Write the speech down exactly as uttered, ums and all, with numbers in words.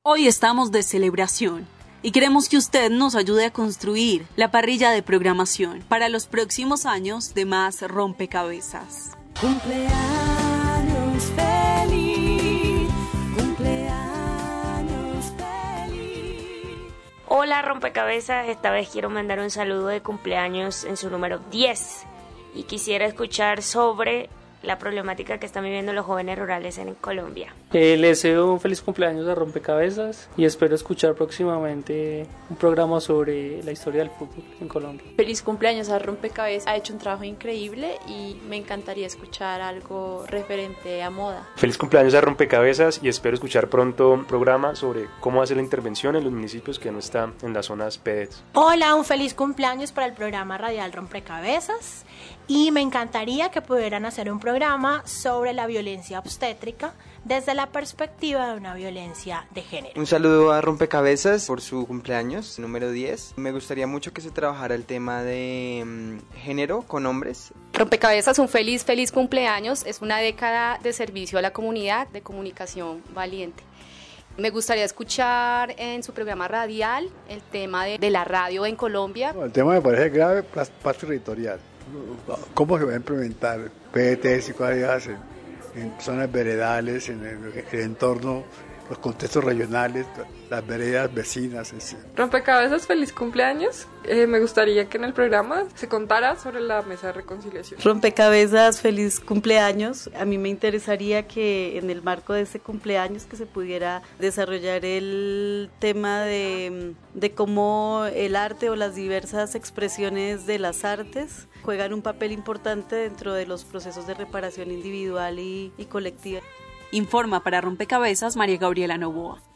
Hoy estamos de celebración y queremos que usted nos ayude a construir la parrilla de programación para los próximos años de Más Rompecabezas. Cumpleaños feliz, cumpleaños feliz. Hola rompecabezas, esta vez quiero mandar un saludo de cumpleaños en su número diez y quisiera escuchar sobre la problemática que están viviendo los jóvenes rurales en Colombia. Eh, les deseo un feliz cumpleaños a Rompecabezas y espero escuchar próximamente un programa sobre la historia del fútbol en Colombia. Feliz cumpleaños a Rompecabezas, ha hecho un trabajo increíble y me encantaría escuchar algo referente a moda. Feliz cumpleaños a Rompecabezas y espero escuchar pronto un programa sobre cómo hacer la intervención en los municipios que no están en las zonas P E D S. Hola, un feliz cumpleaños para el programa radial Rompecabezas y me encantaría que pudieran hacer un programa sobre la violencia obstétrica desde la perspectiva de una violencia de género. Un saludo a Rompecabezas por su cumpleaños número diez. Me gustaría mucho que se trabajara el tema de um, género con hombres. Rompecabezas, un feliz, feliz cumpleaños. Es una década de servicio a la comunidad, de comunicación valiente. Me gustaría escuchar en su programa radial el tema de, de la radio en Colombia. Bueno, el tema me parece grave, paz, paz territorial. ¿Cómo se va a implementar P E T S y cuáles en, en zonas veredales, en el, el entorno, los contextos regionales, las veredas vecinas? Etcétera. Rompecabezas, feliz cumpleaños. Eh, me gustaría que en el programa se contara sobre la mesa de reconciliación. Rompecabezas, feliz cumpleaños. A mí me interesaría que en el marco de ese cumpleaños que se pudiera desarrollar el tema de, de cómo el arte o las diversas expresiones de las artes juegan un papel importante dentro de los procesos de reparación individual y, y colectiva. Informa para Rompecabezas María Gabriela Novoa.